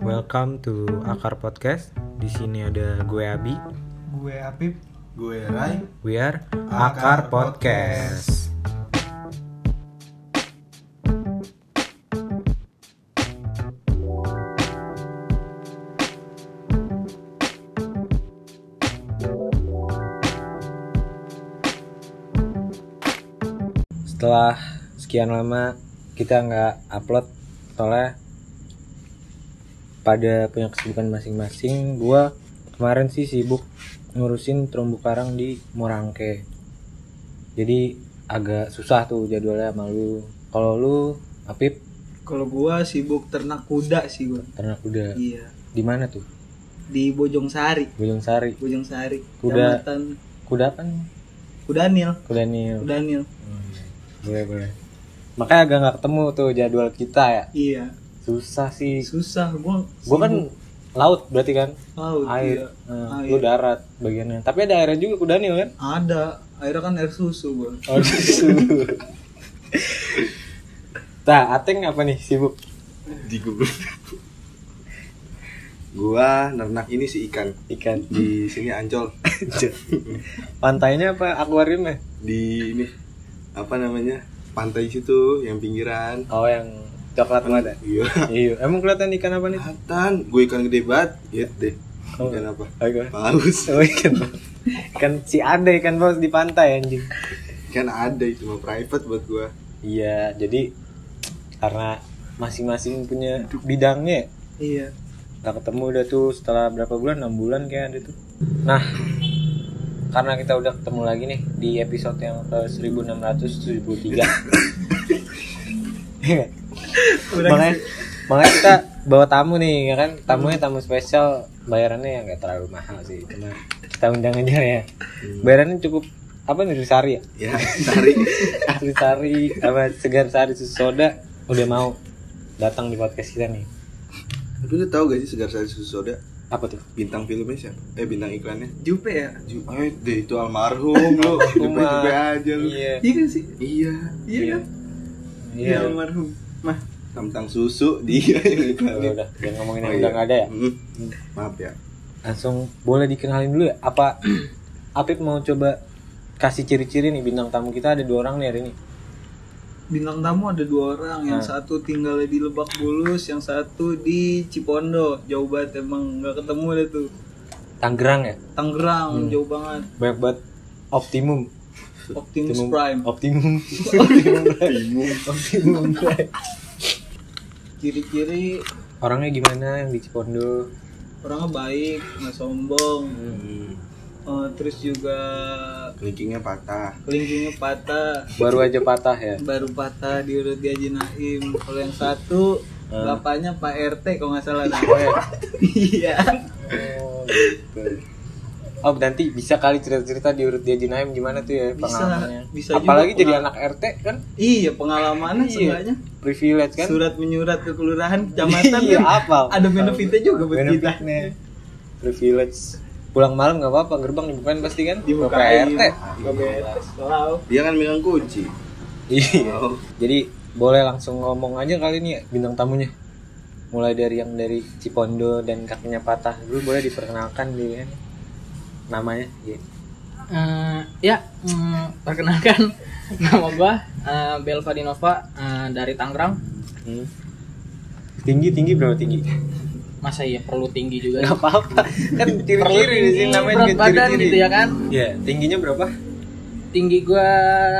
Welcome to Akar Podcast. Di sini ada gue Abi, Gue Apip. Gue Rai. we are Akar Podcast. Setelah sekian lama kita nggak upload soalnya pada punya kesibukan masing-masing. Gua kemarin sih sibuk ngurusin terumbu karang di Morangke, jadi agak susah tuh jadwalnya sama lu. Kalau lu, Apip, Kalau gua sibuk ternak kuda sih gua. ternak kuda Iya. di mana tuh? Di Bojongsari. Bojongsari. Bojongsari. Kuda- Kecamatan Kuda apa nih? Kudanil. Kuda Nil. Kudanil. Boleh. Makanya agak nggak ketemu tuh jadwal kita ya. Iya. Susah sih. Susah gua. Gua kan laut berarti kan? laut. Air. Iya. Lu darat bagiannya. Tapi ada airnya juga Kuda Nil kan? Ada. Airnya kan air susu gua. Oh, susu. Nah, Ateng apa nih sibuk? Di gua nernak ini sih ikan Ikan. di sini Ancol. Pantainya apa akuariumnya? Di ini apa namanya? Pantai situ yang pinggiran. Oh, yang coklat banget. Iya. Iya. Emang kelihatan ikan apa nih? Kelihatan, gue ikan gede banget. Lihat deh. Oh. Ikan apa? Apa? Paus. Oh, ikan si ada ikan paus di pantai anjing. Ikan ada itu mah private buat gua. Iya, jadi karena masing-masing punya bidangnya, Iya. nggak ketemu udah tuh setelah berapa bulan, 6 bulan kayak ada tuh. Nah, karena kita udah ketemu lagi nih di episode yang ke 1673. makanya kita bawa tamu nih ya kan, tamunya tamu spesial, bayarannya yang nggak terlalu mahal sih, cuma kita undang aja ya. Bayarannya cukup apa nih, Sari ya? Ya, cari. Sari apa segar sari susu soda udah mau datang di podcast kita nih. Tapi lu tahu gak sih Segar Sari Susu Soda? Apa tuh? Bintang filmnya siapa? Bintang iklannya? Jupe ya? Deh itu almarhum lu. Jupe aja lu. Iya. Iya kan sih? Iya. Iya kan? Iya. Almarhum. Mah. Tentang susu dia yang iklanin. Udah, jangan ngomongin Oh, yang iya. udah nggak ada ya. Maaf ya. Langsung boleh dikenalin dulu ya. Apa Apip mau coba kasih ciri-ciri nih bintang tamu kita, ada 2 orang nih hari ini. Bintang tamu ada 2 orang, yang satu tinggal di Lebak Bulus, yang satu di Cipondo. Jauh banget emang, nggak ketemu deh tuh. Tangerang ya. Tangerang, jauh banget. Banyak banget Optimum. Optimus Prime. Optimum Prime. Ciri-ciri Orangnya gimana yang di Cipondo? orangnya baik, nggak sombong. Terus juga Kelingkingnya patah. kelingkingnya patah, Baru aja patah ya. baru patah diurut di Haji Naim. Kalau yang satu bapaknya Pak RT kalau nggak salah. Oh ya. Iya. Oh gitu. Oh nanti bisa kali cerita-cerita di urut dia Jinaim gimana tuh ya Bisa, pengalamannya. bisa Apalagi juga jadi anak RT kan, Iya, pengalamannya seenggaknya. privilege kan. Surat menyurat ke kelurahan kecamatan Iya, kan apal. ada benefitnya juga buat kita. Benefitnya. Privilege. Pulang malam nggak apa-apa, gerbang dibukain pasti kan. Dibukain. RT. Nggak beres. Wow. Dia kan megang kunci. Iya. Oh. Jadi boleh langsung ngomong aja kali ini ya bintang tamunya. Mulai dari yang dari Cipondo dan kakinya patah dulu, boleh diperkenalkan dia kan. Namanya. Iya. Perkenalkan nama gua Belva Dinova dari Tangerang. Tinggi berapa tinggi? Masa iya perlu tinggi juga? Gak apa-apa. Kan Perlu ciri-ciri di sini tinggi, namanya berat juga badan ciri-ciri. gitu ya kan? Iya, tingginya berapa? Tinggi gua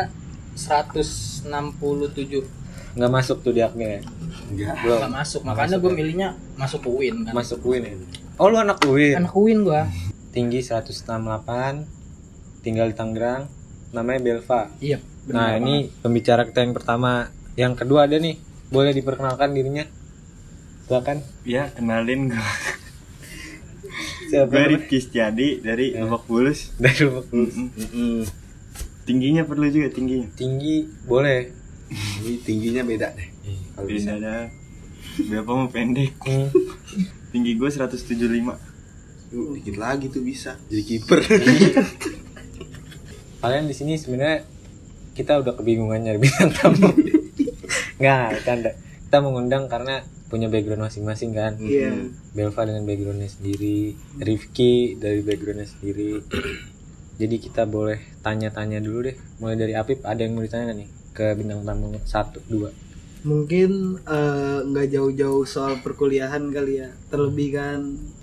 167. Nggak masuk tuh di aknya ya? Enggak. Belum. Nggak masuk, makanya gua milihnya masuk UIN kan. Masuk UIN ya? Oh lu anak UIN? Anak UIN gua. Tinggi 168, tinggal di Tangerang, namanya Belva. Iya. Nah ini pembicara kita yang pertama. Yang kedua ada nih, boleh diperkenalkan dirinya? Silakan. Ya, kenalin gue. Siapa? Gue Rifki Setiadi dari Lebak Bulus. Dari Lebak Bulus. Tingginya perlu juga tingginya. Tinggi boleh. Ini tingginya beda deh. Kalau bisa. Beda ada. Berapa mau pendek? Tinggi gue 175. Dikit lagi tuh bisa jadi kiper. Kalian di sini sebenarnya kita udah kebingungan nyari bintang tamu. Nggak, canda. Kita mengundang karena punya background masing-masing kan. Iya. Belva dengan backgroundnya sendiri, Rifki dari backgroundnya sendiri. Jadi kita boleh tanya-tanya dulu deh. Mulai dari Apip, ada yang mau ditanya nih ke bintang tamu 1, 2. Mungkin nggak jauh-jauh soal perkuliahan kali ya. Terlebih kan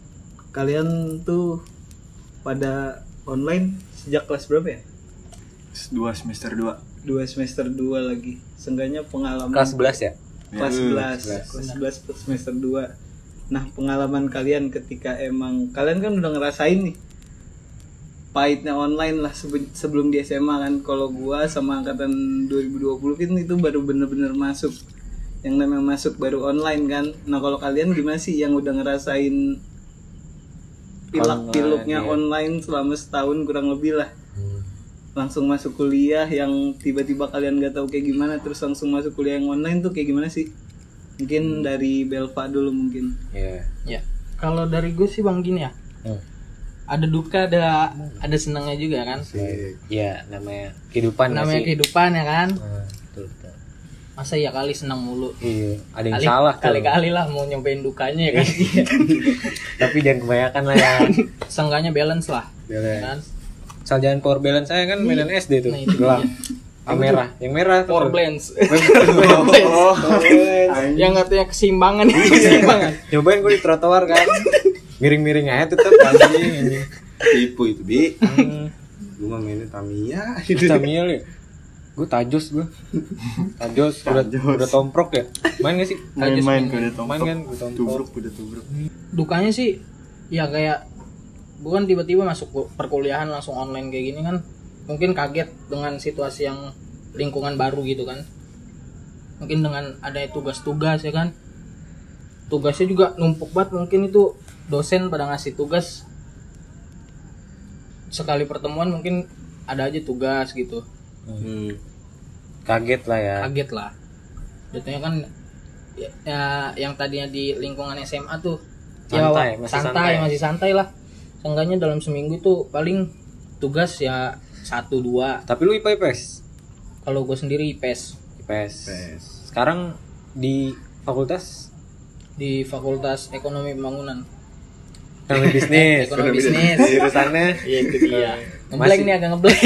kalian tuh pada online sejak kelas berapa ya? 2 semester 2. 2 semester 2 lagi. Seenggaknya pengalaman Kelas 11 ya? kelas 11 semester 2. Nah, pengalaman kalian ketika emang kalian kan udah ngerasain nih pahitnya online lah sebelum di SMA kan. Kalau gua sama angkatan 2020 kan itu baru bener-bener masuk. Yang namanya masuk baru online kan. Nah, kalau kalian gimana sih yang udah ngerasain pilak-piluknya online selama setahun kurang lebih lah? Langsung masuk kuliah yang tiba-tiba kalian gak tahu kayak gimana, terus langsung masuk kuliah yang online tuh kayak gimana sih? Mungkin dari Belva dulu mungkin. Iya. Ya. Kalau dari gue sih Bang gini ya. Ada duka, ada senangnya juga kan. Iya, namanya kehidupan. Namanya kehidupan ya kan. Betul, betul. Masa ya kali senang mulu. Iya, ada yang salah tuh. Kali-kali lah mau nyampein dukanya ya kan. Tapi jangan kebanyakan lah ya. Seenggaknya balance lah. Balance. Kan? Asal jangan power balance saya kan mainan SD tuh. Nah, itu Gelang. Yang merah tuh. Power balance. Oh. Yang artinya keseimbangan. Keseimbangan. Cobain gue di trotoar kan. Miring-miring aja tetep anjing. Tipu itu, Bi. Gue mah mainnya Tamiya gitu. Tamiya ya. Gue tajos gue. Tajos udah tomprok ya. Main gak sih? Main udah tomprok. Main kan udah tomprok. Tubruk. Dukanya sih ya kayak bukan tiba-tiba masuk perkuliahan langsung online kayak gini kan. Mungkin kaget dengan situasi yang lingkungan baru gitu kan. Mungkin dengan adanya tugas-tugas ya kan. Tugasnya juga numpuk banget, mungkin itu dosen pada ngasih tugas sekali pertemuan mungkin ada aja tugas gitu. Kaget lah ya. Kaget lah. Jatuhnya kan ya yang tadinya di lingkungan SMA tuh Santai, ya masih santai lah. Seenggaknya dalam seminggu tuh paling tugas ya 1-2. Tapi lu IPA IPS? Kalau gue sendiri IPS. Sekarang di fakultas? Di Fakultas Ekonomi Pembangunan. Ekonomi bisnis. Ekonomi bisnis. Jurusannya? Iya itu dia. Ngeblank nih, agak ngeblank.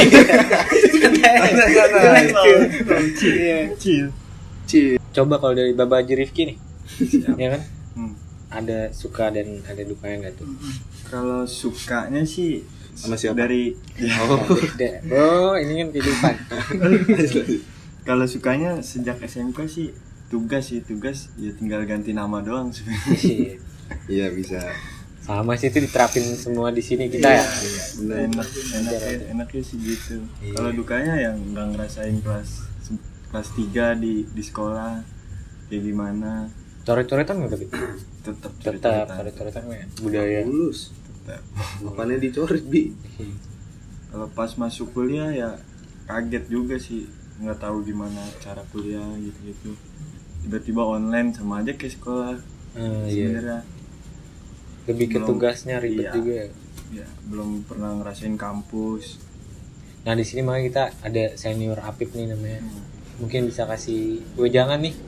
Chill. Coba kalau dari Baba Haji Rifki nih. Ya kan? Ada suka dan ada dukanya nggak tuh? Kalau sukanya sih Sama siapa? dari Oh, ini kan kehidupan. kalau sukanya sejak SMK sih tugas ya tinggal ganti nama doang sebenarnya. Iya bisa. Sama sih itu diterapin semua di sini kita ya. Benar. Enaknya sih gitu. Kalau dukanya yang nggak ngerasain kelas 3 di sekolah kayak gimana. Coret-coretan nggak tapi? Tetap Coret-coretan ya budaya. Lulus. Apanya dicoret, Bi? Kalau pas masuk kuliah ya kaget juga sih, nggak tahu gimana cara kuliah gitu. Tiba-tiba online sama aja kayak sekolah. Sebenarnya lebih ke tugasnya ribet juga ya. Ya, belum pernah ngerasain kampus. Nah di sini makanya kita ada senior Apip nih namanya. Mungkin bisa kasih wejangan nih.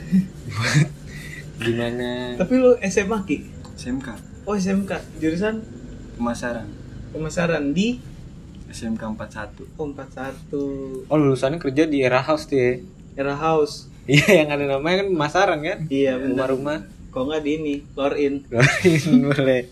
Gimana? Tapi lu SMA Ki? SMK Oh SMK, jurusan pemasaran di SMK 41. Oh 41. Oh lulusannya kerja di Era House tuh ya? Era House. Iya yang ada namanya kan pemasaran kan? Iya benar. Rumah-rumah. Kok nggak di ini, floor in. Boleh.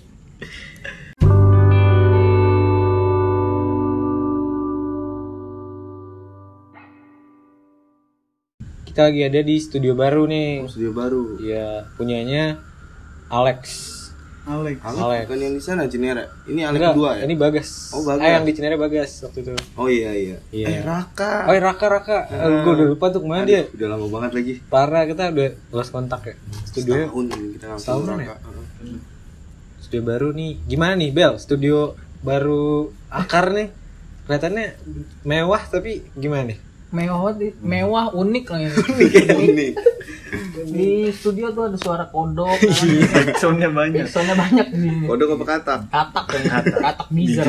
Kita lagi ada di studio baru nih. Studio baru. Iya, punyanya Alex. Alex. Bukan yang di sana Cinere. Ini Alex Enggak, 2 ya? ini Bagas. Oh, Bagas. Yang di Cinere Bagas waktu itu. Oh iya. Iya. Raka. Oh, Raka. Gue udah lupa tuh kemana dia. Udah lama banget lagi. Parah, kita udah lost kontak ya. Studionya Setahun ini kita nggak Setahun ketemu ya? Raka. Studio baru nih. Gimana nih, Bel? Studio baru akar nih. Kelihatannya mewah tapi gimana nih? Mewah unik lah ya. Unik. Di studio tuh ada suara kodok. Soundnya banyak. Soalnya banyak di sini. Kodok apa katak? Katak miser.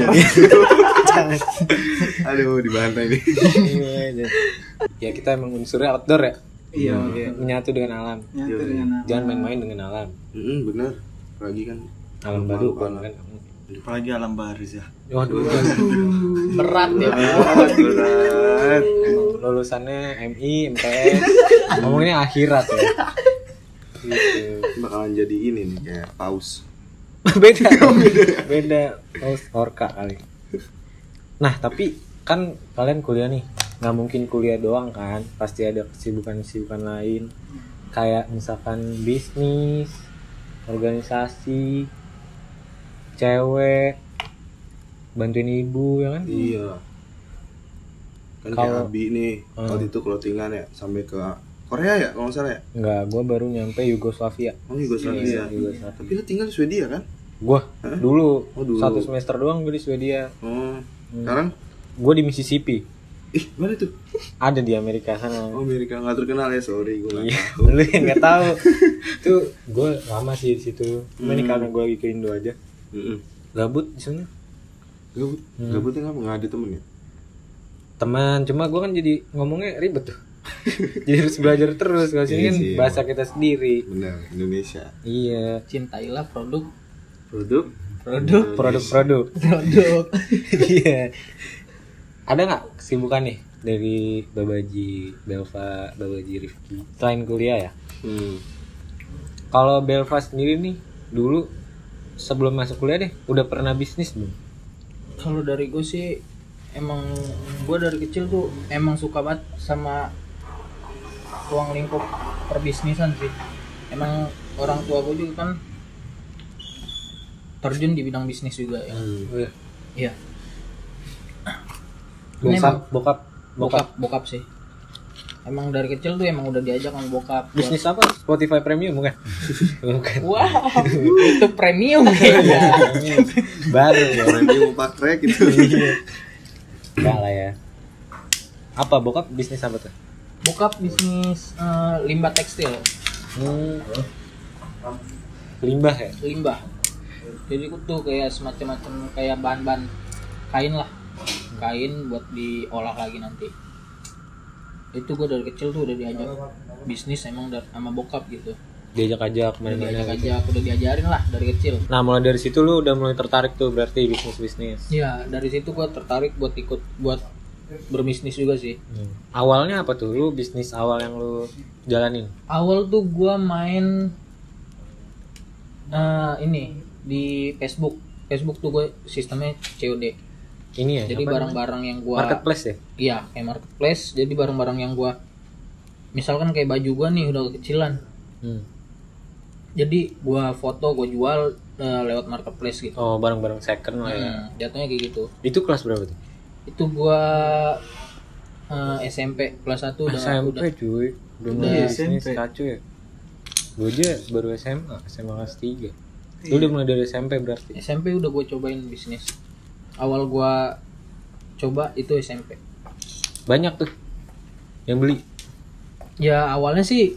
Aduh, dibantai nih. Ya kita emang unsurnya outdoor ya. Iya, menyatu dengan alam. nyatu Iya, dengan alam. Jangan main-main dengan alam. Bener. Lagi kan Alam baru Malu kan. apalagi alam barzah. Waduh, Berat ya. berat. emang lulusannya MI, MTS, ngomongnya akhirat ya. Gitu. Bakalan jadi ini nih kayak paus. beda orka kali. Nah tapi kan kalian kuliah nih, nggak mungkin kuliah doang kan, pasti ada kesibukan lain kayak misalkan bisnis, organisasi, cewek, bantuin ibu ya kan. Iya. Kan Kalau- kayak Abi nih, waktu itu clothingan ya sampai ke Korea ya kalau nggak salah ya. Nggak, gue baru nyampe Yugoslavia. Oh Yugoslavia. Iya, Yugoslavia. Tapi lu tinggal di Swedia kan? Gue dulu, Oh, dulu. 1 semester doang gue di Swedia. Oh. Sekarang Gue di Mississippi. mana tuh? Ada di Amerika sana. Oh Amerika nggak terkenal ya, sorry gue nggak Iya, tahu. lu yang nggak tahu. Tuh gue lama sih di situ. Cuma ini karena gue lagi ke Indo aja. Gabut di sana. Gabut, gabutnya nggak ada temen ya? Teman, cuma gue kan jadi ngomongnya ribet tuh. Jadi harus belajar terus. Kalau sini Iya kan sih, bahasa kita sendiri. Benar, Indonesia. Iya. Cintailah produk. Produk. Iya. Ada nggak kesibukan nih dari Babaji, Belva, Babaji, Rifki selain kuliah ya? Kalau Belva sendiri nih dulu sebelum masuk kuliah deh udah pernah bisnis belum? Kalau dari gue sih emang gue dari kecil tuh emang suka banget sama ruang lingkup perbisnisan sih. Emang orang tua gue juga kan terjun di bidang bisnis juga ya. Iya. Bokap sih. Emang dari kecil tuh emang udah diajak sama bokap. Bisnis apa? Spotify Premium bukan? Bukan. Wah, itu premium kayaknya. Baru ya. Dia mau pakai gitu. Enggak lah ya. Apa bokap bisnis apa tuh? Bokap bisnis limbah tekstil. Limbah ya? Limbah. Jadi itu tuh kayak semacam kayak bahan-bahan kain lah. Kain buat diolah lagi nanti. Itu gue dari kecil tuh udah diajak bisnis emang sama bokap gitu. Diajak-ajak main-main. Diajak udah diajarin lah dari kecil. Nah mulai dari situ lu udah mulai tertarik tuh berarti bisnis. Iya, dari situ gue tertarik buat berbisnis juga sih. Awalnya apa tuh lu bisnis awal yang lu jalanin? Awal tuh gue main ini di Facebook. Facebook tuh gue sistemnya COD. Ini ya? Jadi apa barang-barang yang gue marketplace ya? Iya, kayak marketplace. Jadi barang-barang yang gue misalkan kayak baju gue nih udah kekecilan. Jadi gue foto, gue jual lewat marketplace gitu. Oh barang-barang second lah ya. Jatuhnya kayak gitu. Itu kelas berapa tuh? Itu gue SMP kelas 1 udah SMP cuy. Udah Udah mulai bisnis SMP. kacau ya. Gue aja baru SMA kelas 3. Lu udah mulai dari SMP berarti? SMP udah gue cobain bisnis. Awal gue coba itu SMP. Banyak tuh yang beli. Ya awalnya sih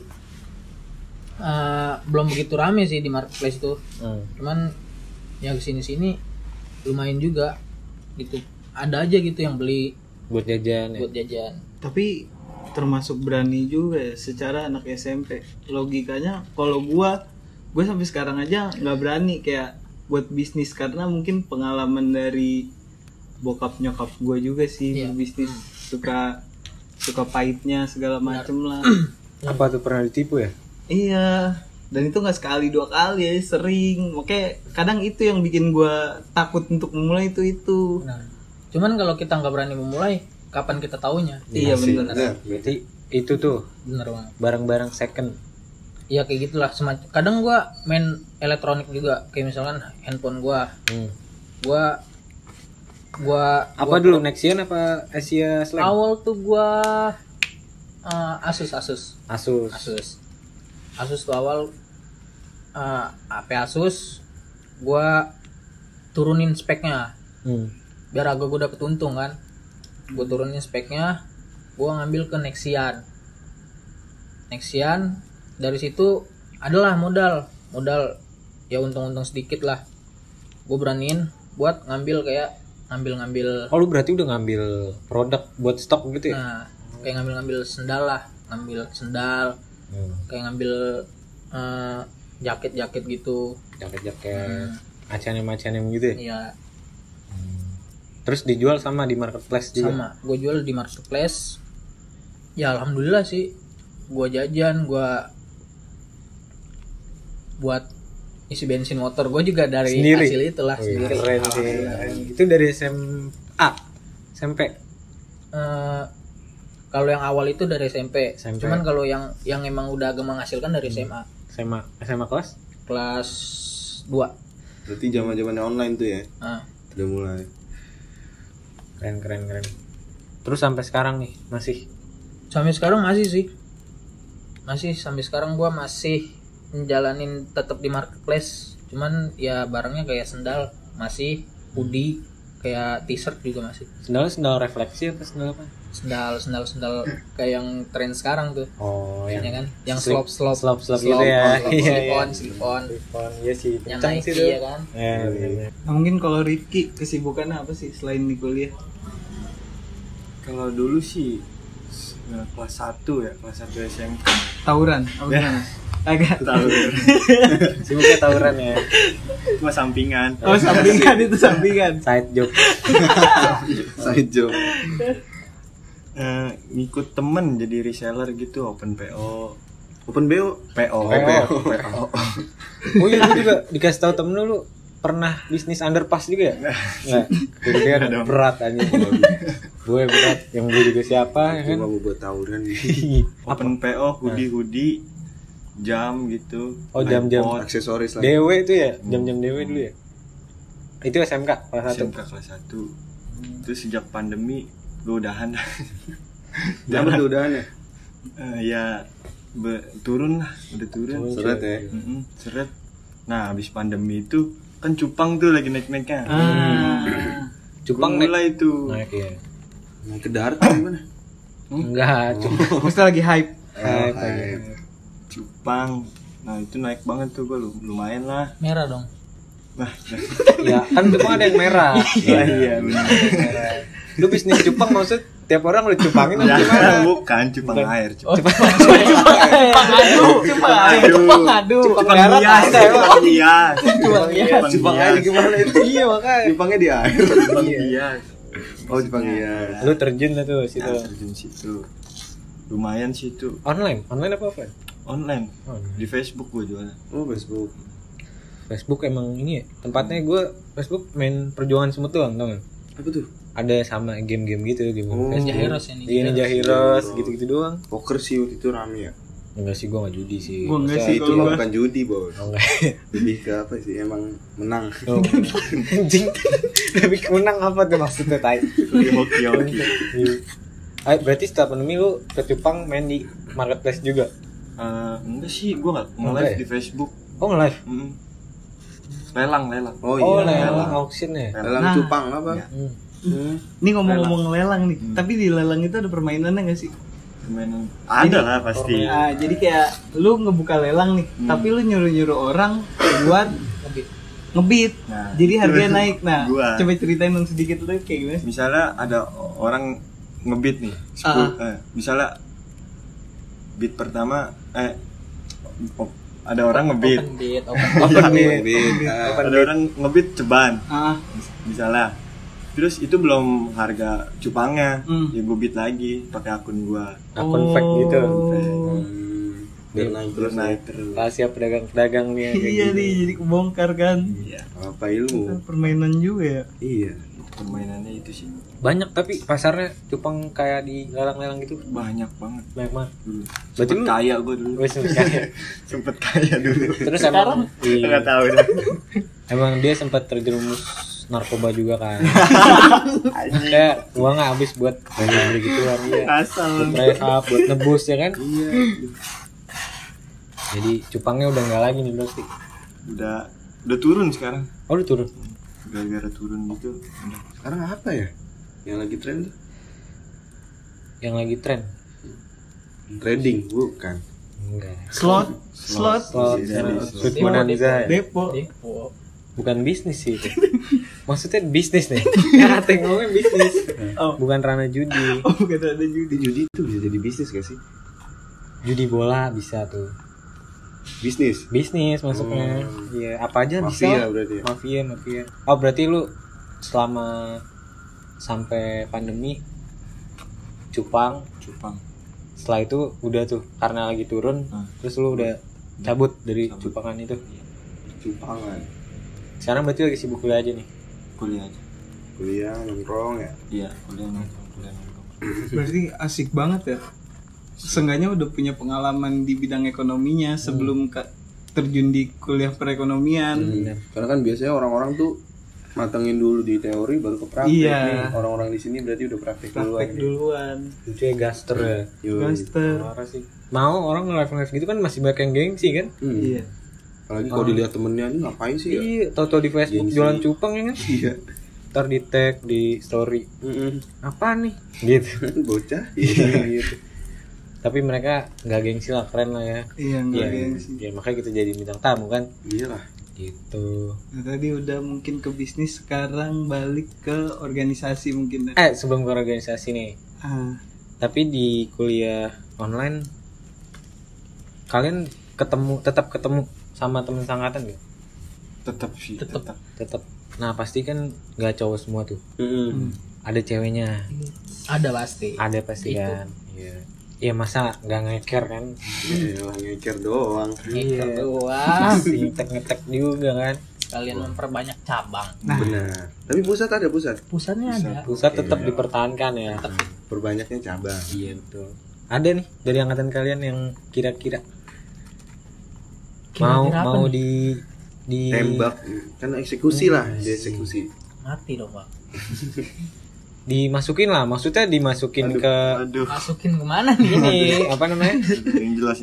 belum begitu rame sih di marketplace itu. Cuman ya kesini-sini lumayan juga gitu. Ada aja gitu yang beli Buat jajan ya? buat jajan. Tapi termasuk berani juga ya secara anak SMP. Logikanya kalau gue sampai sekarang aja nggak berani kayak buat bisnis karena mungkin pengalaman dari bokap nyokap gue juga sih. Iya. Bisnis suka pahitnya segala macem lah. Apa tuh pernah ditipu ya? Iya, dan itu nggak sekali 2 kali ya, sering. Makanya kadang itu yang bikin gue takut untuk memulai itu. Nah, cuman kalau kita nggak berani memulai, kapan kita taunya? Iya benar. Berarti itu tuh Bener banget. barang-barang second. Iya kayak gitulah. Kadang gua main elektronik juga, kayak misalkan handphone gua. Apa dulu Nexian apa Asia Slang? Awal tuh gua Asus. Asus tuh awal HP Asus gua turunin speknya biar agak gua dapet untung kan. Gua turunin speknya, gua ngambil ke Nexian. Dari situ adalah modal ya untung-untung sedikit lah. Gue beraniin buat ngambil Oh lu berarti udah ngambil produk buat stok gitu ya? nah kayak ngambil sendal lah, ngambil sendal, kayak ngambil jaket-jaket gitu. Jaket-jaket H&M gitu ya? Iya, Terus dijual sama di marketplace juga? sama. Gue jual di marketplace. Ya alhamdulillah sih. Gue jajan, gue buat isi bensin motor. Gue juga dari Sendiri? hasil itulah Wih, sendiri. keren sih. Itu dari SMA, SMP. Kalau yang awal itu dari SMP. SMP. Cuman kalau yang emang udah agak menghasilkan dari SMA. SMA kelas? Kelas 2. Berarti zaman-zamannya online tuh ya. Nah, Udah mulai. Keren. Terus sampai sekarang nih masih? sampai sekarang masih sih. Masih sampai sekarang gua masih menjalanin tetap di marketplace. Cuman ya barangnya kayak sendal masih, hoodie, kayak t-shirt juga masih. Sendal refleksi apa sendal apa? Sendal kayak yang tren sekarang tuh. Oh, Ya yang kan? Yang slip- slope slop gitu ya. Iya. slip-on. Iya sih, Yang kencang Nike sih tuh. ya kan? Ya, bener. Nah, mungkin kalau Rifki kesibukannya apa sih selain di kuliah? Kalau dulu sih kelas 1 ya, kelas 1 SMP. Tawuran, apa gimana? Agak. Sibuknya tawuran ya. Cuma sampingan. Oh, sampingan itu sampingan. Side job. Side job. Ngikut temen jadi reseller gitu, open PO. Open BO. PO. Oh iya, lu juga dikasih tahu temen lu pernah bisnis underpass juga ya? Enggak. Jadi dia Nggak dong. berat aja. Gue berat, yang gue juga siapa ya kan? Cuma mau buat tawuran. Open PO, hoodie, jam gitu. Oh, jam-jam. iPod, Aksesoris lah. DW itu ya, jam-jam DW dulu ya. Itu SMK kelas 1. SMK kelas 1. Terus sejak pandemi gue udahan. Apa tuh udahannya? Ya turun lah, udah turun. Seret ya. Seret. Nah, habis pandemi itu kan cupang tuh lagi naik-naiknya. Cupang Gua mulai itu. naik ya. Mau ke darat apa gimana? Enggak, cupang. Mesti lagi hype. Hype. Cupang. Nah, itu naik banget tuh gue lumayan lah. Merah dong. Nah, Ya, kan cupang ada yang merah. iya benar. Lu bisnis cupang maksud tiap orang lu cupangin atau gimana? Ya, bukan cupang air, cupang. Cupang adu. Cupang darat ada emang. Cupang hias. Cupang aja gimana itu? Iya makanya. Cupangnya di air. Cupang hias. Oh, Cupang iya. Lu terjun lah tuh situ. Nah, terjun situ. Lumayan sih itu. Online apa offline? Online. Online. Di Facebook gue jualan. Oh, Facebook. Facebook emang ini ya. Tempatnya gue Facebook main perjuangan semut doang, tau gak? Apa tuh? Ada sama game-game gitu, game Oh. Facebook. Ninja Heroes ya, Iya, Ninja Heroes gitu-gitu doang. Poker sih waktu itu rame ya. Enggak sih, gue gak judi sih. Gua enggak Sih sih itu kalau mah gua. bukan judi, Bos. Oh, enggak. Lebih ke apa sih? Emang menang. Oh, anjing. Lebih menang apa tuh maksudnya, Tai? Hoki. Ah, berarti setelah pandemi lu ke Cupang main di marketplace juga? Enggak sih, gue nggak Enggak nge-live ya? di Facebook. Oh, nge-live? Lelang. Oh Oh, iya. lelang auction ya? Dalam Nah. cupang apa? Iya. Ini ngomong-ngomong lelang nih. Tapi di lelang itu ada permainannya nggak sih? Permainan ada lah pasti. Nah, jadi kayak lu ngebuka lelang nih, tapi lu nyuruh-nyuruh orang buat ngebit. Nah, Jadi harganya naik. Nah, Gua. coba ceritain dong sedikit tuh kayak gimana? Misalnya ada orang ngebit nih, 10, misalnya beat pertama ada orang ngebit. Open bid, Open bid. Ada orang ngebit ceban Ah, misalnya. Terus itu belum harga cupangnya, Hmm. ya gue bid lagi pakai akun gua. Akun fake gitu. Biar naik Terus naik terus. Rahasia pedagang-pedagang nih. kayak iya gini. nih, jadi kebongkar kan. Iya, Apa ilmu? Permainan juga ya. Iya. permainannya itu sih Banyak tapi pasarnya Cupang kayak di lelang-lelang gitu. banyak banget Banyak banget. dulu. Berarti Sempet lu- kaya gue dulu. Gue sempet kaya. Sempet kaya dulu. Terus emang Nggak tahu dah. emang dia sempat terjerumus narkoba juga kan. Kayak uangnya habis buat beli gituan dia. Asal. Buat rehab, buat nebus ya kan. Jadi Cupangnya udah nggak lagi nih berarti. Udah turun sekarang. Oh udah turun. Gara-gara turun gitu. Udah. Sekarang apa ya? Yang lagi tren tuh? Yang lagi tren. Trading, bukan. Enggak. Slot. Slot, Iya, Sweet Depo, Bonanza. Depo. Depo. Bukan bisnis sih itu. Maksudnya bisnis nih. Ya katanya ngomongin bisnis. Oh. Bukan ranah judi. Oh, bukan ada judi. Judi itu bisa jadi bisnis gak sih? judi bola bisa tuh. Bisnis. Bisnis masuknya. Iya, apa aja bisa. Mafia berarti ya? Mafia. Oh, berarti lu selama sampai pandemi cupang. Setelah itu udah tuh karena lagi turun, terus lu udah cabut dari cupangan itu. Cupangan. Sekarang berarti lagi sibuk kuliah aja nih. Kuliah nongkrong ya. Iya, kuliah nongkrong. Berarti asik banget ya. Seenggaknya udah punya pengalaman di bidang ekonominya sebelum terjun di kuliah perekonomian. Karena kan biasanya orang-orang tuh matengin dulu di teori baru ke praktek. Iya. Nih, orang-orang di sini berarti udah praktek Duluan. Itu ya gaster ya. Gaster. Parah sih. Mau orang nge-live gitu kan masih banyak yang gengsi kan? Iya. Apalagi kalau dilihat temennya ini ngapain sih ya? Iya, tau-tau di Facebook Gengsi. jualan cupang ya kan? Iya. Ntar di tag di story. Apa nih? Gitu. Bocah. Gitu. Tapi mereka nggak gengsi lah, keren lah ya. Iya, enggak gengsi. Ya makanya kita jadi bintang tamu kan. Iyalah. Gitu. Nah, tadi udah mungkin ke bisnis, sekarang balik ke organisasi mungkin. Sebelum ke organisasi nih. Tapi di kuliah online kalian tetap ketemu sama temen sangkatan gak? Tetap. Nah, pasti kan nggak cowok semua tuh. Ada ceweknya. Ada pasti. Ada pasti kan. Iya. Iya, masa nggak ngeker kan? Iyalah ngeker doang. Iya. Wah, Ngetek juga kan. kalian memperbanyak cabang. Benar. Tapi pusat ada pusat. Pusatnya ada. Pusat tetap dipertahankan ya. Perbanyaknya cabang. Iya betul. Ada nih dari angkatan kalian yang kira-kira Kira-kira mau apa di Tembak kan eksekusi lah, dieksekusi. mati dong, Pak. dimasukin lah, maksudnya dimasukin ke Aduh. Masukin kemana nih? ini apa namanya? Yang jelas.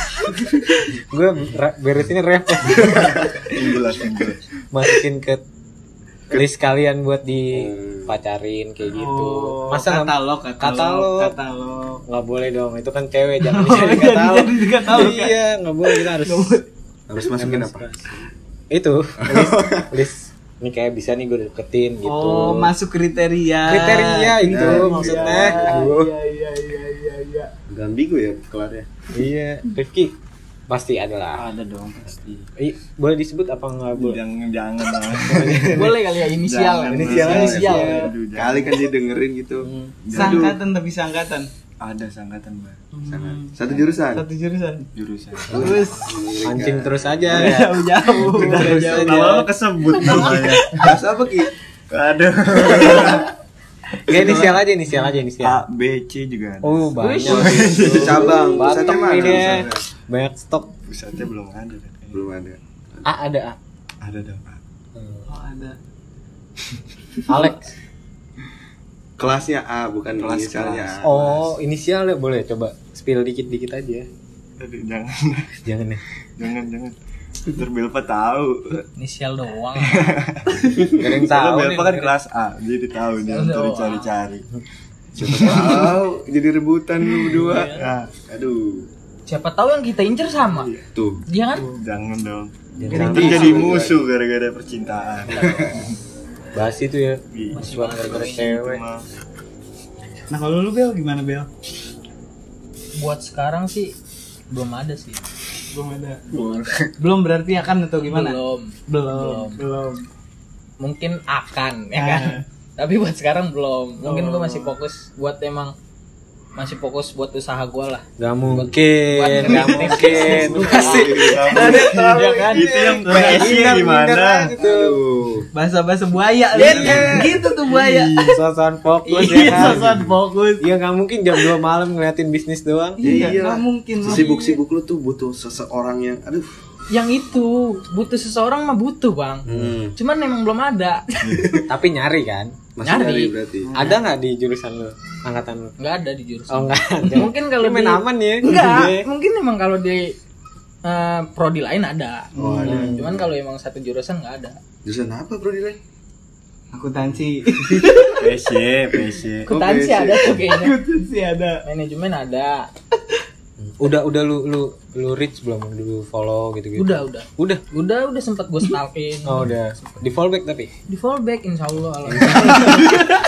Gue beresin ref Yang jelas. masukin ke list kalian buat dipacarin kayak gitu. Masa katalog nggak boleh dong, itu kan cewek, jangan jadi katalog. jadi katalog, kan? Iya, nggak boleh, kita Harus masukin apa? itu list ini kayak bisa nih gue deketin gitu. Oh, masuk kriteria itu maksudnya. Aduh. Iya. Udah ambigu ya kelarnya. Iya, Rifki pasti ada lah. Ada dong pasti. Boleh disebut apa nggak boleh? Jangan lah. Boleh kali ya inisial. Inisial. Aduh, jangan. Kali kan dia dengerin gitu. Sangkatan, tapi sangkatan. Ada sangkatan, Mbak. Satu jurusan. Jurusan. Terus Mancing terus aja udah ya. jauh. Lama-lama kesebut namanya. Bahas apa Ki? Aduh. Kayak inisial aja. A, B, C juga ada. Oh, banyak. Itu cabang. Pusatnya Batok mana? ini ya. Pusatnya? Banyak stok. Pusatnya belum ada kan. kayaknya. Belum ada. Ada A. Ada dong. A. Oh, ada. Alex. Kelasnya A bukan Kelas. inisialnya A. Oh, inisial ya, boleh coba spill dikit aja. Aduh, jangan. Jangan ya. jangan. Ntar Belva tahu. Inisial doang. Gak ada yang tahu. Soalnya nih. Belva kan kelas A, jadi tahu dia Inisial ntar doang. cari-cari. Siapa tahu jadi rebutan lu berdua. Nah, Aduh. Siapa tahu yang kita incer sama. Tuh. Dia kan? jangan dong. Jangan Nanti jadi musuh gara-gara percintaan. bahas itu ya. Iya. Cuma gara-gara cewek. Itu mah. Nah, kalau lu Bel gimana Bel? Buat sekarang sih belum ada sih. Belum ada. Belum berarti akan atau gimana? Belum. Mungkin akan ya kan. Tapi buat sekarang belum. Mungkin gue masih fokus buat usaha gue lah. Gak mungkin. Pasti. Iya kan? Itu yang PS-nya gimana? Aduh. Bahasa-bahasa buaya gitu tuh buaya. Sosokan fokus Iya, ya kan. sosokan fokus. Iya, gak mungkin jam 2 malam ngeliatin bisnis doang. Iya, nggak mungkin. Sibuk-sibuk lu tuh butuh seseorang yang aduh. Yang itu butuh seseorang mah butuh, Bang. Cuman emang belum ada. Tapi nyari kan. Masih Nyari. nyari berarti. Ada nggak di jurusan lu, angkatan lu? Nggak ada di jurusan. Oh, enggak ada. Mungkin kalau Lu main di- aman ya. Enggak, mungkin emang kalau di prodi lain ada. Oh, ada. Cuman kalau emang satu jurusan nggak ada. Jurusan apa bro di lain? Akuntansi. PC. Akuntansi ada tuh kayaknya. Akuntansi ada. Manajemen ada. Udah lu reach belum dulu follow gitu-gitu? Udah sempat gue stalking. Oh, udah. Di fallback tapi. Di fallback insyaallah.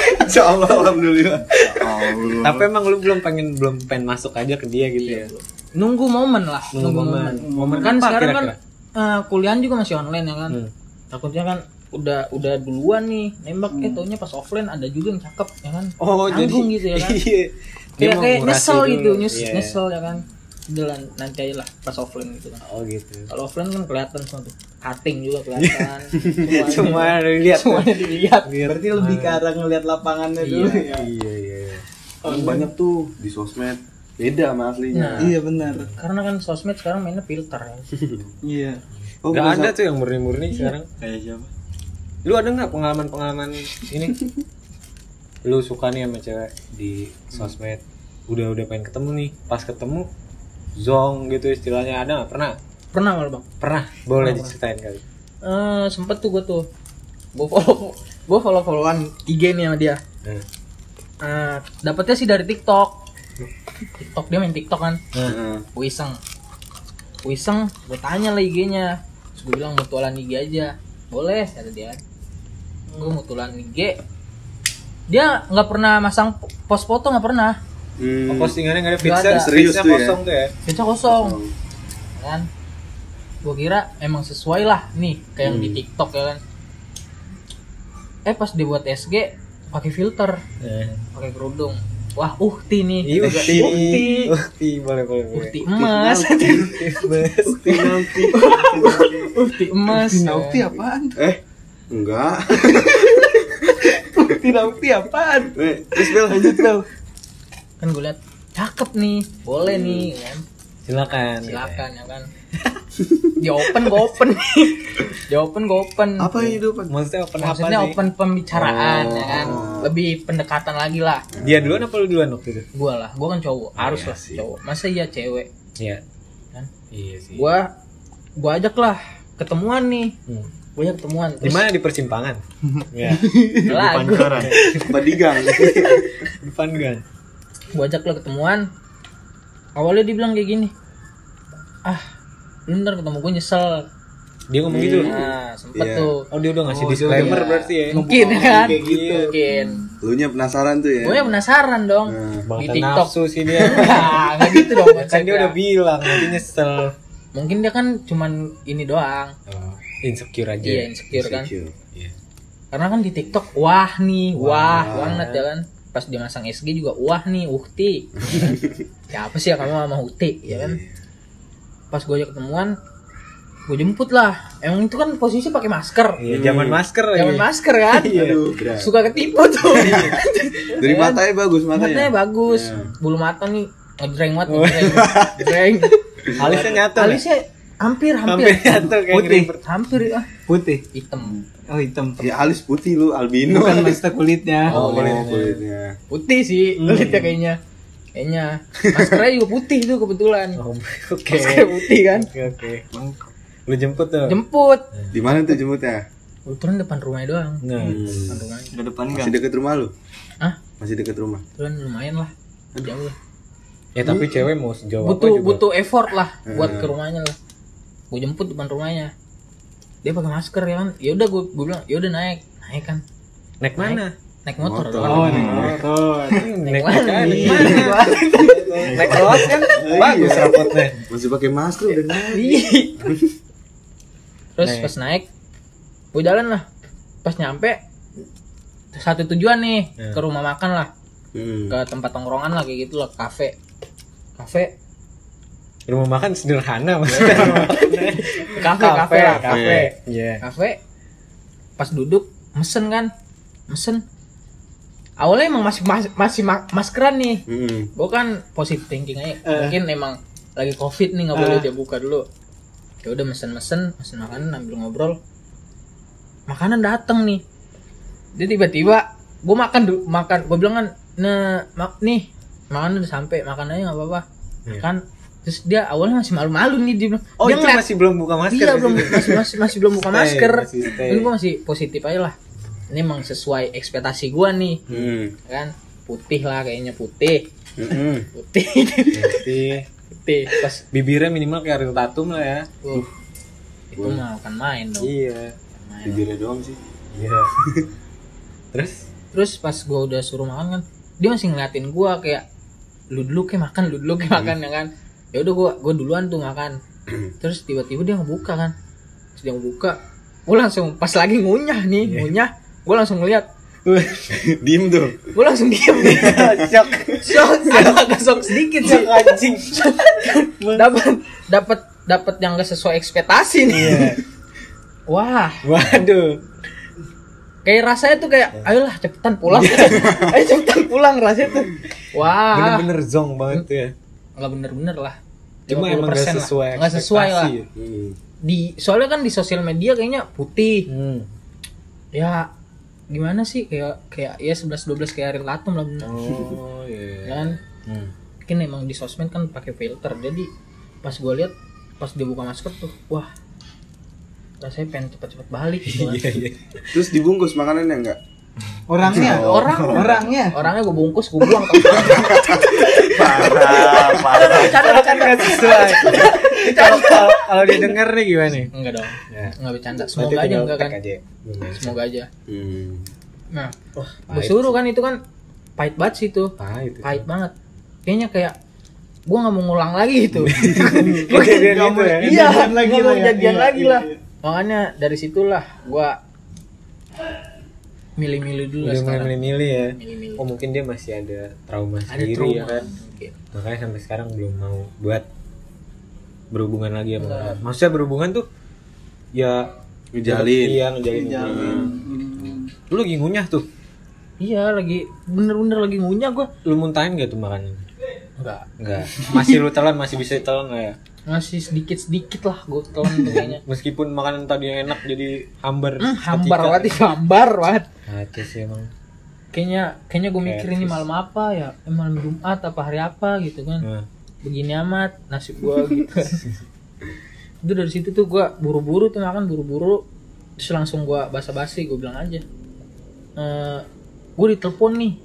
Insyaallah alhamdulillah. Tapi emang lu belum pengen masuk aja ke dia gitu ya. nunggu momen lah, Nunggu momen. Momen kan apa sekarang kira-kira? kan kuliahan juga masih online ya kan. Takutnya kan udah duluan nih nembak, taunya pas offline ada juga yang cakep ya kan. Oh, Tanggung jadi gitu ya kan. Iya. Dia kayak mau kayak ngurasi nyesel dulu. gitu, Iya. nyesel ya kan. Udah lah, nanti aja lah pas offline gitu kan. Oh gitu. Kalau offline kan kelihatan semua tuh, cutting juga kelihatan. Semua dilihat. semuanya dilihat. Berarti lebih ke arah ngeliat lapangannya dulu ya. Iya. Kan banyak tuh di sosmed beda sama aslinya. Nah. Iya benar. Karena kan sosmed sekarang mainnya filter ya. Iya. Oh, Gak bukan ada tuh yang murni-murni sekarang. Kayak siapa? Lu ada nggak pengalaman ini? Lu suka nih sama cewek di sosmed, udah pengen ketemu nih, pas ketemu zong gitu istilahnya, ada nggak? Pernah malah bang. Pernah, boleh Pernah. diceritain kali. Sempet tuh gue follow-followan IG nih sama dia. Dapetnya sih dari TikTok, dia main TikTok kan. Heeh. Gue iseng, gue tanya lah IG-nya. Terus gue bilang mutualan IG aja, boleh kata dia. Gue mutualan IG, dia nggak pernah masang post foto, nggak pernah. Oh, postingannya nggak ada, Nggak feeds-nya ada. Serius tuh ya? kosong tuh ya. Feed-nya kosong kan. Gue kira emang sesuai lah nih kayak yang di TikTok ya kan. Pas dibuat SG pakai filter, pakai kerudung. Wah, ukti nih. Iya, ukti. Ukti, boleh. Ukti emas. Ukti emas. Nauti apaan? Enggak. Nauti apaan? Terus Bel lanjut Bel. Kan gue liat cakep nih, boleh nih kan. Silakan Ya kan. Di open gue open nih. Di open gue open. Apa itu, Pak? Maksudnya open Maksudnya apa sih? open pembicaraan ya kan. Lebih pendekatan lagi lah. Dia duluan apa lu duluan waktu itu? Gua kan cowok, harus Iya lah sih. cowok. Masa iya cewek? Iya. Kan? Iya sih. Gua ajak lah ketemuan nih. Gua ajak ketemuan. Di mana, di persimpangan? Iya. Lah, Pancoran. Apa di gang? Depan kan. gua ajak lah ketemuan. Awalnya dia bilang kayak gini. Lu ntar ketemu gua nyesel. Dia ngomong gitu. Nah, sempet Iya. tuh. Oh, dia udah ngasih disclaimer Iya. berarti ya. Mungkin ya kan? Kayak gitu. Mungkin. Lu nya penasaran tuh ya? Gua ya penasaran dong. Nah, Di Bangsa TikTok. nafsu sih dia. Enggak gitu dong. Kan dia konsepnya. udah bilang, nanti nyesel. Mungkin dia kan cuman ini doang. Oh, insecure aja. Iya, insecure kan. Insecure. Iya. Karena kan di TikTok wah nih, wah Wah. banget ya kan. Pas dia masang SG juga wah nih, ukti. Siapa sih ya kamu sama ukti ya kan. Pas gue ajak ketemuan, gue jemput lah. Emang itu kan posisi pakai masker. Iya, zaman masker lagi. Zaman masker kan. Aduh, berat. Suka ketipu tuh. Dari matanya bagus Matanya matanya. bagus. Iya. Bulu mata nih ngedreng banget, ngedreng. Alisnya nyatu. Alisnya hampir Hampir nyatu kayak Putih. ngeribet. hampir Putih. hitam. Oh hitam. Ya alis putih lu albino. Bukan maksudnya kulitnya. Oh, kulitnya. kulitnya. Putih sih kulitnya kayaknya maskernya juga putih tuh kebetulan. Oh, oke. Maskernya putih kan. Oke. Lu jemput tuh. Jemput Di mana tuh jemputnya? turun depan rumahnya doang. Nah, Depan rumahnya. Ke depan Masih gang. deket rumah lu? Hah? Masih deket rumah. Turun lumayan lah, jauh lah. ya tapi cewek mau sejauh apa butuh juga. butuh effort lah buat ke rumahnya lah. Gue jemput depan rumahnya, dia pakai masker ya kan. Ya udah gue bilang ya udah naik kan. Naik mana? Naik motor. Motor. Oh naik motor. Naik mana mana? nih? Naik kelas kan? Bagus Iya. rapotnya. Masih pakai masker udah naik. Iya. Terus Naik. pas naik, gue jalan lah. Pas nyampe satu tujuan nih, ke rumah makan lah, ke tempat tongkrongan lah kayak gitu lah, kafe. Rumah makan sederhana maksudnya. Kafe lah, kafe. Iya. Kafe. Pas duduk mesen kan, awalnya emang masih maskeran nih. Gue kan positive thinking aja, mungkin emang lagi covid nih nggak boleh dia buka dulu. Ya udah mesen makanan, ambil ngobrol, makanan dateng nih. Dia tiba-tiba gue makan, gue bilang kan nih makanan udah sampai, makan aja nggak apa-apa. Makan. Terus dia awalnya masih malu-malu nih, dia bilang Oh, dia itu masih belum buka masker. iya di belum situ? masih belum buka masker. Stay. Ini gue masih positif aja lah. Ini emang sesuai ekspektasi gue nih, kan putih lah kayaknya, putih. Putih. Pas Bibirnya minimal kayak Ariel Tatum lah ya. itu mah kan main dong. Iya. Main. Bibirnya doang sih. Iya. Terus pas gue udah suruh makan kan, dia masih ngeliatin gue kayak lu dulu kayak makan ya kan. Ya udah gue duluan tuh makan. Terus tiba-tiba dia ngebuka kan. Terus dia ngebuka, gue langsung pas lagi ngunyah, gue langsung ngeliat, Diem tuh. gue langsung diem. Shock, agak shock sedikit sih. Anjing. dapat yang gak sesuai ekspektasi nih. Wah, Waduh. kayak rasanya tuh kayak, ayolah cepetan pulang. Ayo cepetan pulang rasanya tuh. Wah, Bener-bener zong banget tuh ya. nggak bener-bener lah. Cuma emang gak 50% lah. sesuai Nggak sesuai lah. ekspektasi. Soalnya kan di sosial media kayaknya putih. Hmm. Ya gimana sih, kayak ya 11-12 kayak Ariel Tatum lah bener. Oh iya. Ya kan? Hmm. Mungkin emang di sosmed kan pakai filter. Jadi pas gue lihat pas dia buka masker tuh, wah rasanya pengen cepet-cepet balik gitu kan. Iya. Terus dibungkus makanannya enggak? Orangnya Orangnya gue bungkus, gue buang. Parah. Bercanda. Sesuai. Kalau dia denger nih gimana nih? Enggak dong. Ya. Enggak bercanda. Nanti Semoga aja tinggal enggak kan. tag aja. Semoga aja. Nah, gue pahit suruh kan itu kan pahit banget sih itu. Pahit Banget. Kayaknya kayak gue nggak mau ngulang lagi itu. Kejadian itu ya. Iya, Kejadian lagi nggak mau lah ya. kejadian Iya, lagi iya, lah. iya. Makanya dari situlah gue milih-milih dulu lah Udah sekarang. mulai milih ya. Milih-milih. Oh mungkin dia masih ada trauma Ada sendiri trauma. ya kan. Mungkin. Makanya sampai sekarang belum mau buat berhubungan lagi sama Benar. orang. Maksudnya berhubungan tuh ya Ngejalin. Iya, ngejalin. Lu lagi ngunyah tuh. Iya, lagi bener-bener lagi ngunyah gue. Lu muntahin gak tuh makanan? Enggak. Masih lu telan, masih bisa telan gak ya? Masih sedikit lah gue telan tuh kayaknya. Meskipun makanan tadi yang enak jadi hambar. Hambar banget, hambar banget. Kacau sih emang. Kayaknya gue mikir ini malam apa ya? Malam Jumat apa hari apa gitu kan. Nah, Begini amat nasib gue gitu kan. Itu dari situ tuh gue buru-buru tuh makan, buru-buru. Terus langsung gue basa-basi, gue bilang aja, gue ditelepon nih,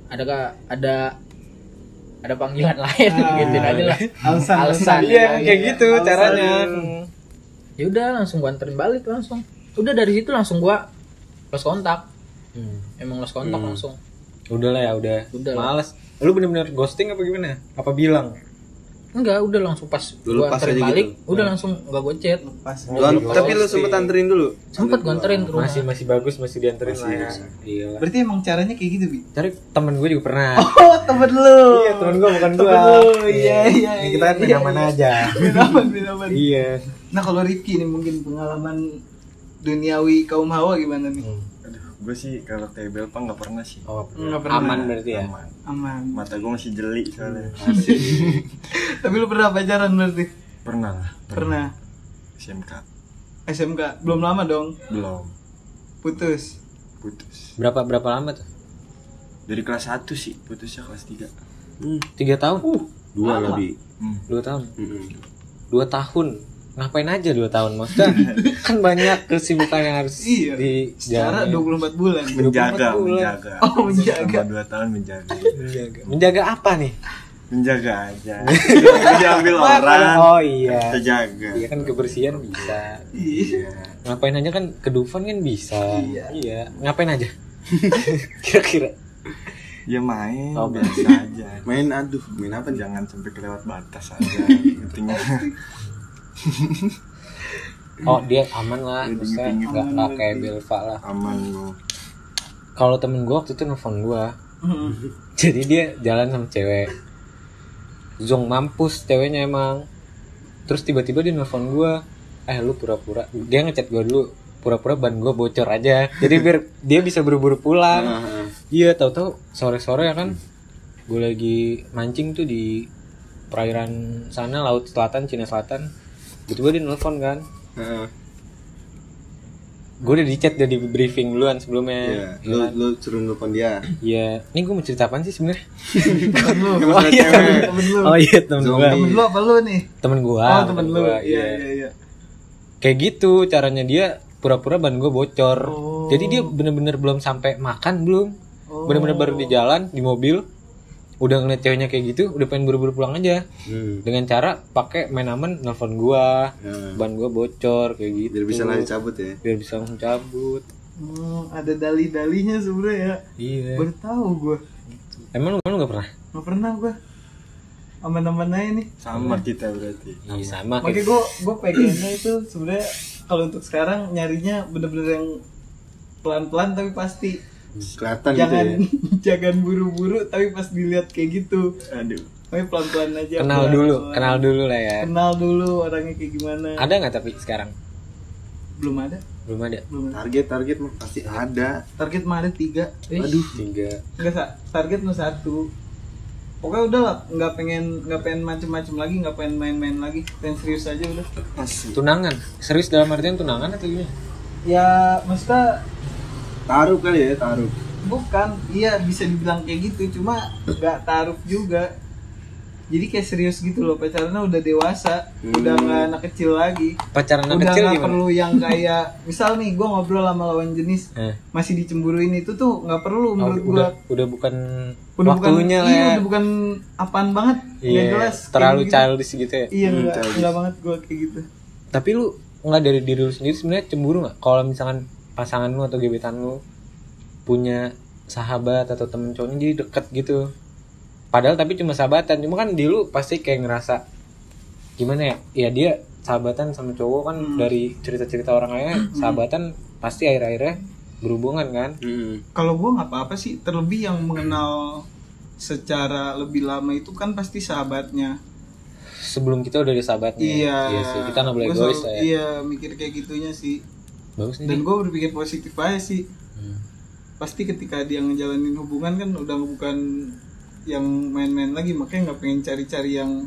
ada panggilan lain, gituin aja lah. Alasan. iya kayak gitu alasan. caranya. Ya udah langsung gue anterin balik langsung. Udah dari situ langsung gue lost kontak. Emang lost kontak langsung. Udah lah ya, udah Udah. males. Lu bener-bener ghosting apa gimana? Apa bilang? Enggak, udah langsung pas Lu gue lepas anterin aja balik, gitu? udah langsung enggak gue chat. Tapi lu sempet anterin dulu. Sempet gue anterin ke rumah. Masih bagus, masih dianterin lah ya. Iya lah. Berarti emang caranya kayak gitu, Bi? Cari temen gue juga pernah. Oh, temen lu. Iya, temen gue bukan gue. Iya. Ini kita kan pindaman aja. Binaman. Iya. Nah, kalau Rifki nih mungkin pengalaman duniawi kaum hawa gimana nih? Aduh, gue sih kalau tebel pak nggak pernah sih. Oh, Nggak pernah. aman berarti ya. Aman. Aman. Mata gue masih jeli soalnya. Tapi lu pernah pacaran berarti? Pernah lah. Pernah. SMK SMK belum lama dong. belum Putus. Berapa lama tuh? Dari kelas 1 sih putusnya kelas 3. 3 tahun? 2 lebih. 2 tahun. 2 tahun. Ngapain aja 2 tahun? Maksudnya kan banyak kesibukan yang harus Iya. Secara dijalani. 24 bulan. Menjaga. Oh, menjaga. Selama 2 tahun menjaga. Menjaga apa nih? Menjaga aja. Diambil orang. Oh iya. Kita jaga. Iya kan kebersihan bisa. Iya. Ngapain aja kan ke Dufan kan bisa. Iya. Ngapain aja? Kira-kira. Ya main Oh, biasa aja. Main apa nih? Jangan sampai kelewat batas aja. Intinya Oh dia aman lah. Dia Maksudnya tinggi-tinggi. nggak kayak Belva lah. aman lu. Kalau temen gue waktu itu nelfon gue. Jadi dia jalan sama cewek. Zong mampus ceweknya emang. Terus tiba-tiba dia nelfon gue. Lu pura-pura. Dia ngechat gue dulu. Pura-pura ban gue bocor aja. Jadi biar dia bisa buru-buru pulang. Iya, tahu-tahu sore-sore ya kan. Gue lagi mancing tuh di perairan sana, Laut Selatan, Cina Selatan. Tiba-tiba dia nelfon kan. Gue udah di chat, udah di briefing duluan sebelumnya. Iya, lu suruh nelfon dia. Iya, ini gue mau cerita apaan sih sebenarnya? Oh iya. Temen lu. Oh iya temen gue. Zombie. Temen lu apa lu nih? Temen gue. Oh, temen lu. Iya. Kayak gitu caranya dia pura-pura ban gue bocor. Oh. Jadi dia bener-bener belum sampai makan belum. Bener-bener baru di jalan di mobil. Udah ngeliat ceweknya kayak gitu, udah pengen buru-buru pulang aja. Dengan cara pakai main aman nelfon gua. Ban gua bocor kayak gitu. Biar bisa langsung cabut ya. Biar bisa langsung cabut. Ada dali-dalinya sebenarnya ya. Iya. Baru tahu gue. Emang lu enggak pernah? Nggak pernah gue. aman-aman aja nih. Sama kita berarti. Iya sama Makanya gue pengennya itu sebenarnya kalau untuk sekarang nyarinya bener-bener yang pelan-pelan tapi pasti. Kelihatan gitu Jangan ya. jangan buru-buru tapi pas dilihat kayak gitu. Aduh. Tapi pelan-pelan aja. kenal dulu lah ya. Kenal dulu orangnya kayak gimana. Ada nggak tapi sekarang? Belum ada. Belum ada. Target mah pasti ada. Target mah ada 3. Aduh 3. Enggak, target mah 1. Pokoknya udah lah, nggak pengen macem-macem lagi, nggak pengen main-main lagi, pengen serius aja udah. Tunangan. Serius dalam artian tunangan atau gimana? Ya maksudnya Taruh kali ya, taruh. bukan, iya bisa dibilang kayak gitu, cuma nggak taruh juga. Jadi kayak serius gitu loh, pacarannya udah dewasa, udah nggak anak kecil lagi. Pacaran anak Udah kecil nggak gimana? perlu yang kayak, misal nih gue ngobrol sama lawan jenis, masih dicemburuin itu tuh nggak perlu menurut gue. Udah bukan Udah waktunya bukan, lah iya, ya. udah bukan apaan banget, nggak Iya, jelas. terlalu kayak childish gitu ya. Iya childish. nggak banget gue kayak gitu. Tapi lu nggak dari diri lu sendiri sebenarnya cemburu nggak kalau misalkan pasangan lu atau gebetan lu punya sahabat atau temen cowoknya jadi deket gitu, padahal tapi cuma sahabatan, cuma kan di lu pasti kayak ngerasa gimana ya, ya dia sahabatan sama cowok kan dari cerita-cerita orang lainnya sahabatan pasti akhir-akhirnya berhubungan kan. Kalau gue nggak apa-apa sih, terlebih yang mengenal secara lebih lama itu kan pasti sahabatnya. Sebelum kita udah ada sahabatnya. Iya sih, kita nggak boleh Gua egois selalu- lah ya. Iya mikir kayak gitunya sih. Bagus nih. Dan gue berpikir positif aja sih. Pasti ketika dia ngejalanin hubungan kan udah bukan yang main-main lagi, makanya nggak pengen cari-cari yang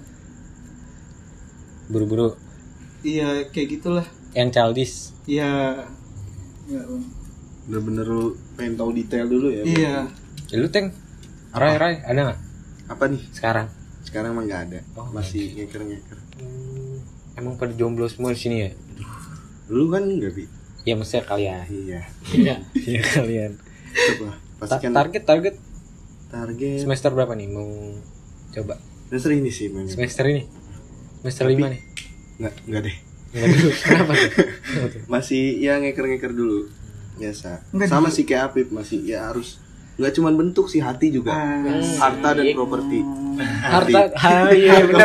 Buru-buru iya kayak gitulah. yang childish. Iya. Nggak, Bang. Bener-bener lu pengen tahu detail dulu ya. Iya. Ya, lu Teng, Rai ada nggak Apa nih? sekarang? Sekarang mah nggak ada. Oh, Masih ngeker-ngeker. Emang pada jomblo semua di sini ya? Lu kan enggak, Bi? Ya maksudnya kalian. Iya. Iya. Iya kalian. Coba pastikan Target target semester berapa nih mau coba? semester ini sih memang. Semester ini? Semester Tapi- 5 nih? Enggak deh. Enggak dulu. Kenapa tuh? Masih ya ngeker-ngeker dulu. Biasa. Enggak Sama dulu. sih kayak Apip, masih ya harus nggak cuman bentuk sih, hati juga. Harta dan properti. Harta, iya benar.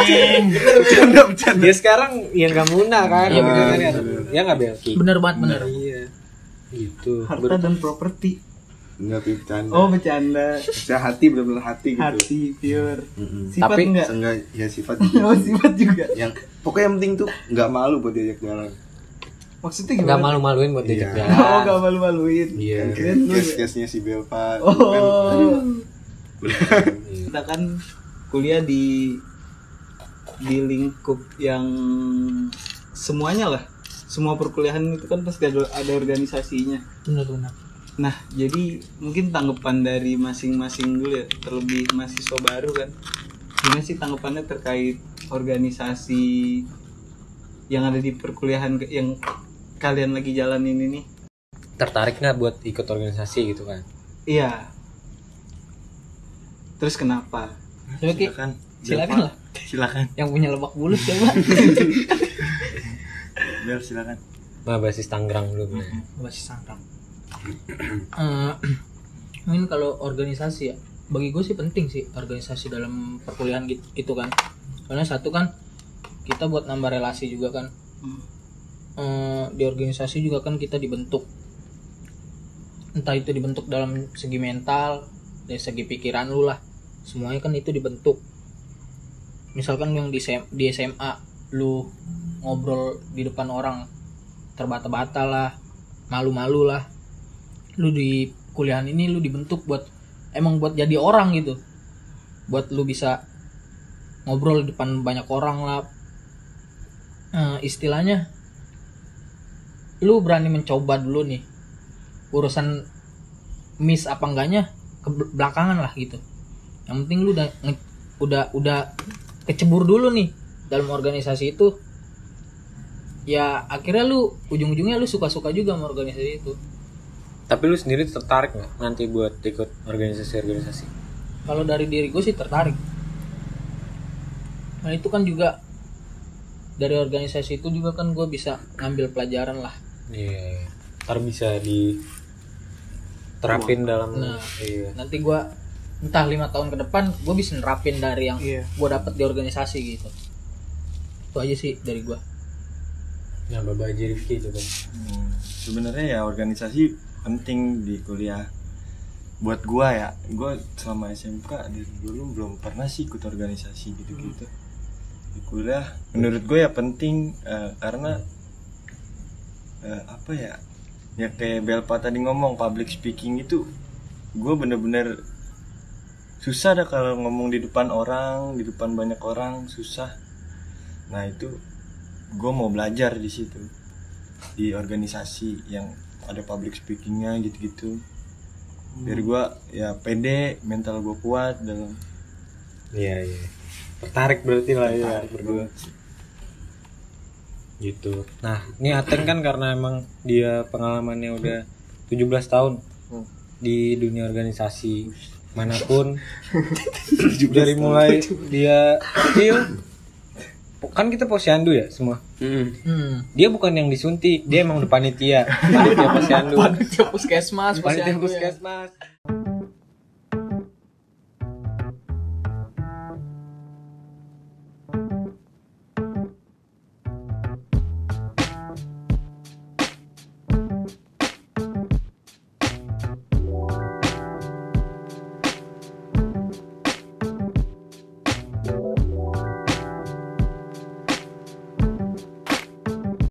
Dia sekarang ya nggak muna kan? Iya, benar. Ya nggak Belki. Bener banget, bener. Iya. Gitu. Harta dan properti. Enggak, Pip, bercanda. Oh bercanda. Saya hati, benar-benar hati gitu. Hati pure. Mm-mm. Sifat Tapi- enggak? Seenggak ya sifat juga. Oh sifat juga. Yang pokoknya yang penting tuh nggak malu buat diajak jalan. Maksudnya Nggak gimana? malu-maluin buat diajak Iya. jalan. Oh gak malu-maluin. Iya. Kan Kirain lu- case-nya si Belva. Oh. Kan, Kita kan kuliah di lingkup yang semuanya lah, semua perkuliahan itu kan pasti ada organisasinya. Bener. Nah jadi mungkin tanggapan dari masing-masing dulu ya, terlebih mahasiswa baru kan, gimana sih tanggapannya terkait organisasi yang ada di perkuliahan yang kalian lagi jalanin ini? Tertarik nggak buat ikut organisasi gitu kan? Iya. Terus kenapa? Coba Ki, silakan lah. Silakan. Yang punya lebak bulus coba. Bel silakan. Nah, basis Tangerang dulu. Basis sangkang. Mungkin kalau organisasi ya, bagi gue sih penting sih organisasi dalam perkuliahan gitu kan. Soalnya satu kan kita buat nambah relasi juga kan. Di organisasi juga kan kita dibentuk, entah itu dibentuk dalam segi mental, dari segi pikiran lu lah, semuanya kan itu dibentuk. Misalkan yang di SMA lu ngobrol di depan orang terbata-bata lah, malu-malu lah, lu di kuliahan ini lu dibentuk buat emang buat jadi orang gitu, buat lu bisa ngobrol di depan banyak orang lah. Istilahnya lu berani mencoba dulu nih, urusan miss apa enggaknya ke belakangan lah gitu. Yang penting lu udah kecebur dulu nih dalam organisasi itu, ya akhirnya lu ujung-ujungnya lu suka-suka juga sama organisasi itu. Tapi lu sendiri tertarik nggak nanti buat ikut organisasi-organisasi? Kalau dari diri gue sih tertarik. Nah itu kan juga dari organisasi itu juga kan gue bisa ngambil pelajaran lah. Iya. Ntar bisa diterapin dalam. Nah, Iya. nanti gue entah 5 tahun ke depan gue bisa nerapin dari yang Iya. gue dapet di organisasi gitu. Itu aja sih dari gue. Nah, Bapak Haji Rifki coba. Sebenarnya ya organisasi penting di kuliah. Buat gua ya, gua selama SMK dari dulu belum pernah sih ikut organisasi gitu-gitu. Di kuliah menurut gue ya penting karena apa ya? Ya kayak Belpa tadi ngomong, public speaking itu gue bener-bener susah dah kalau ngomong di depan orang, di depan banyak orang susah. Nah itu gue mau belajar di situ, di organisasi yang ada public speakingnya gitu-gitu. Biar gue ya pede, mental gue kuat dalam. Iya. Tertarik berarti lah ya berdua. Gitu. Nah, ini Ateng kan karena emang dia pengalamannya udah 17 tahun di dunia organisasi manapun. Dari mulai dia kecil, kan kita posyandu ya semua. Dia bukan yang disuntik, dia emang udah panitia posyandu. Panitia puskesmas, Panitia posyandu ya. puskesmas.